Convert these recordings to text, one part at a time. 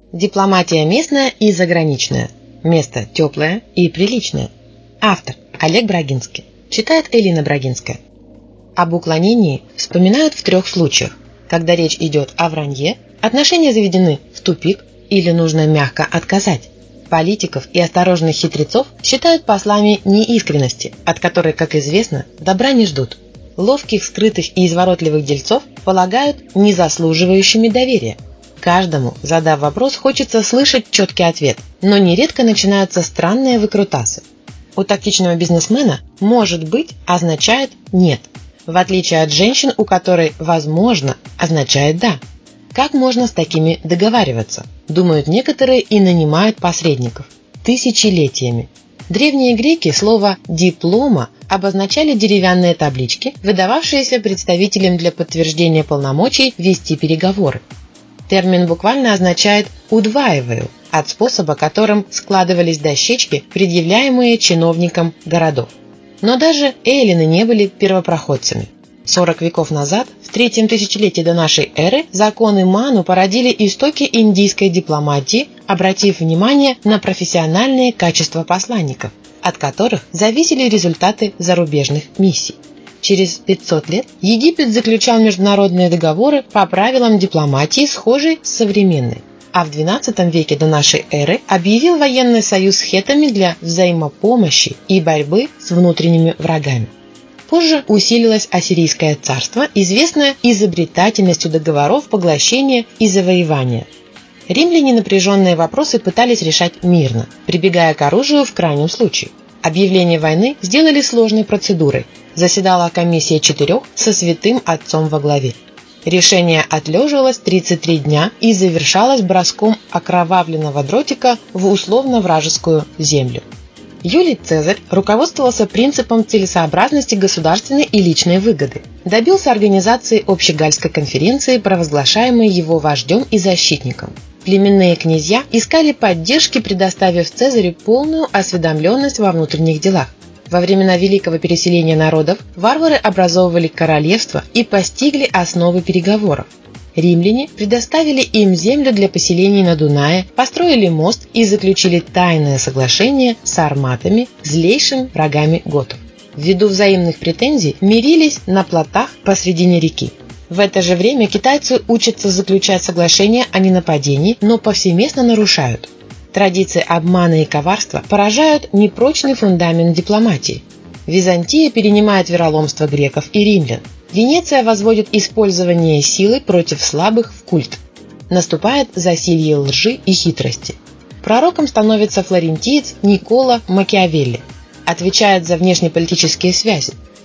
Дипломатия местная и заграничная. Место теплое и приличное. Автор Олег Брагинский. Читает Элина Брагинская. Об уклонении вспоминают в 3 случаях: когда речь идет о вранье, отношения заведены в тупик или нужно мягко отказать. Политиков и осторожных хитрецов считают послами неискренности, от которой, как известно, добра не ждут. Ловких, скрытых и изворотливых дельцов полагают незаслуживающими доверия. Каждому, задав вопрос, хочется слышать четкий ответ, но нередко начинаются странные выкрутасы. У тактичного бизнесмена «может быть» означает «нет», в отличие от женщин, у которой «возможно» означает «да». Как можно с такими договариваться? Думают некоторые и нанимают посредников. Тысячелетиями. Древние греки слово «диплома» обозначали деревянные таблички, выдававшиеся представителям для подтверждения полномочий вести переговоры. Термин буквально означает «удваиваю», от способа, которым складывались дощечки, предъявляемые чиновникам городов. Но даже эллины не были первопроходцами. 40 веков назад, в 3-м тысячелетии до нашей эры, законы Ману породили истоки индийской дипломатии, обратив внимание на профессиональные качества посланников, от которых зависели результаты зарубежных миссий. Через 500 лет Египет заключал международные договоры по правилам дипломатии, схожей с современной, а в XII веке до нашей эры объявил военный союз с хеттами для взаимопомощи и борьбы с внутренними врагами. Позже усилилось Ассирийское царство, известное изобретательностью договоров поглощения и завоевания. Римляне напряженные вопросы пытались решать мирно, прибегая к оружию в крайнем случае. Объявление войны сделали сложной процедурой. Заседала комиссия 4 со святым отцом во главе. Решение отлеживалось 33 дня и завершалось броском окровавленного дротика в условно-вражескую землю. Юлий Цезарь руководствовался принципом целесообразности государственной и личной выгоды. Добился организации Общегальской конференции, провозглашаемой его вождем и защитником. Племенные князья искали поддержки, предоставив Цезарю полную осведомленность во внутренних делах. Во времена великого переселения народов варвары образовывали королевства и постигли основы переговоров. Римляне предоставили им землю для поселений на Дунае, построили мост и заключили тайное соглашение с сарматами, злейшими врагами готов. Ввиду взаимных претензий мирились на плотах посредине реки. В это же время китайцы учатся заключать соглашения о ненападении, но повсеместно нарушают. Традиции обмана и коварства поражают непрочный фундамент дипломатии. Византия перенимает вероломство греков и римлян. Венеция возводит использование силы против слабых в культ. Наступает засилье лжи и хитрости. Пророком становится флорентиец Никколо Макиавелли. Отвечает за внешнеполитические связи. В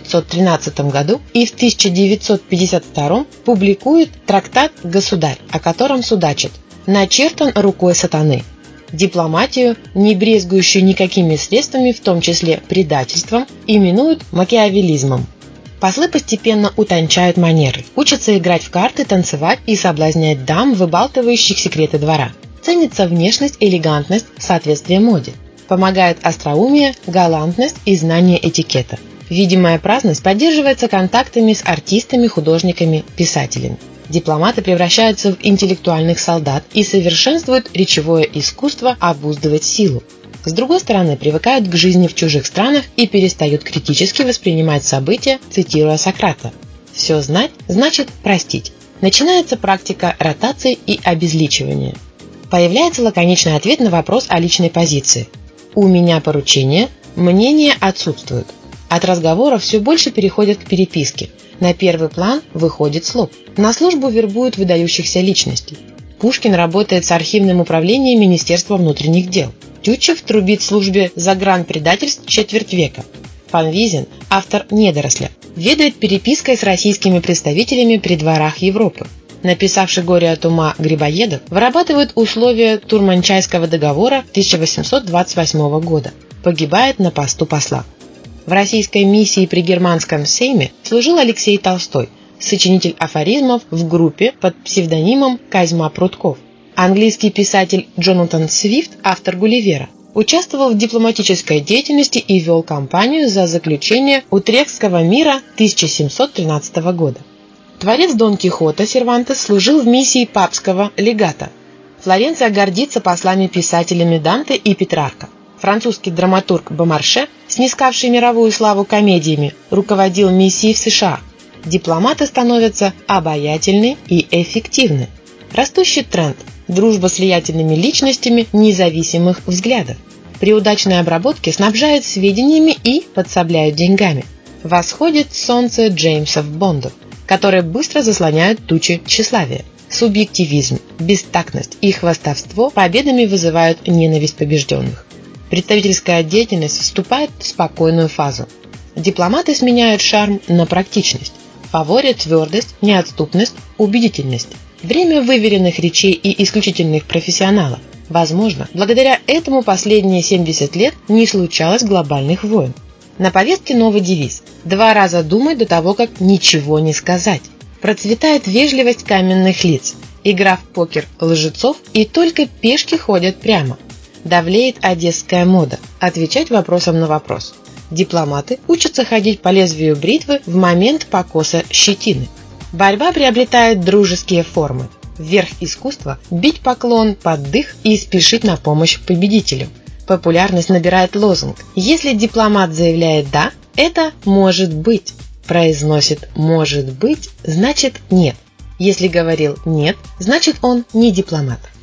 1513 году и в 1952 публикует трактат «Государь», о котором судачит: начертан рукой сатаны. Дипломатию, не брезгующую никакими средствами, в том числе предательством, именуют макиавеллизмом. Послы постепенно утончают манеры, учатся играть в карты, танцевать и соблазнять дам, выбалтывающих секреты двора. Ценится внешность, элегантность, соответствие моде. Помогает остроумие, галантность и знание этикета. Видимая праздность поддерживается контактами с артистами, художниками, писателями. Дипломаты превращаются в интеллектуальных солдат и совершенствуют речевое искусство обуздывать силу. С другой стороны, привыкают к жизни в чужих странах и перестают критически воспринимать события, цитируя Сократа. «Все знать значит простить». Начинается практика ротации и обезличивания. Появляется лаконичный ответ на вопрос о личной позиции. «У меня поручение, мнения отсутствуют». От разговоров все больше переходят к переписке. На первый план выходит слог. На службу вербуют выдающихся личностей. Пушкин работает с архивным управлением Министерства внутренних дел. Тютчев трубит в службе загранпредательств четверть века. Фанвизин, автор «Недоросля», ведает перепиской с российскими представителями при дворах Европы. Написавший «Горе от ума» Грибоедов вырабатывает условия Турманчайского договора 1828 года. Погибает на посту посла. В российской миссии при германском сейме служил Алексей Толстой, сочинитель афоризмов в группе под псевдонимом Козьма Прутков. Английский писатель Джонатан Свифт, автор «Гулливера», участвовал в дипломатической деятельности и вел кампанию за заключение Утрехтского мира 1713 года. Творец Дон Кихота Сервантес служил в миссии папского легата. Флоренция гордится послами-писателями Данте и Петрарка. Французский драматург Бомарше, снискавший мировую славу комедиями, руководил миссией в США. Дипломаты становятся обаятельны и эффективны. Растущий тренд – дружба с влиятельными личностями независимых взглядов. При удачной обработке снабжают сведениями и подсобляют деньгами. Восходит солнце Джеймсов Бондов, которые быстро заслоняют тучи тщеславия. Субъективизм, бестактность и хвастовство победами вызывают ненависть побежденных. Представительская деятельность вступает в спокойную фазу. Дипломаты сменяют шарм на практичность. Фаворит твердость, неотступность, убедительность. Время выверенных речей и исключительных профессионалов. Возможно, благодаря этому последние 70 лет не случалось глобальных войн. На повестке новый девиз «Два раза думай до того, как ничего не сказать». Процветает вежливость каменных лиц, игра в покер лжецов, и только пешки ходят прямо. Давлеет одесская мода – отвечать вопросом на вопрос. Дипломаты учатся ходить по лезвию бритвы в момент покоса щетины. Борьба приобретает дружеские формы. Верх искусства – бить поклон под дых и спешить на помощь победителю. Популярность набирает лозунг «Если дипломат заявляет «да», это может быть». Произносит «может быть», значит «нет». Если говорил «нет», значит он не дипломат.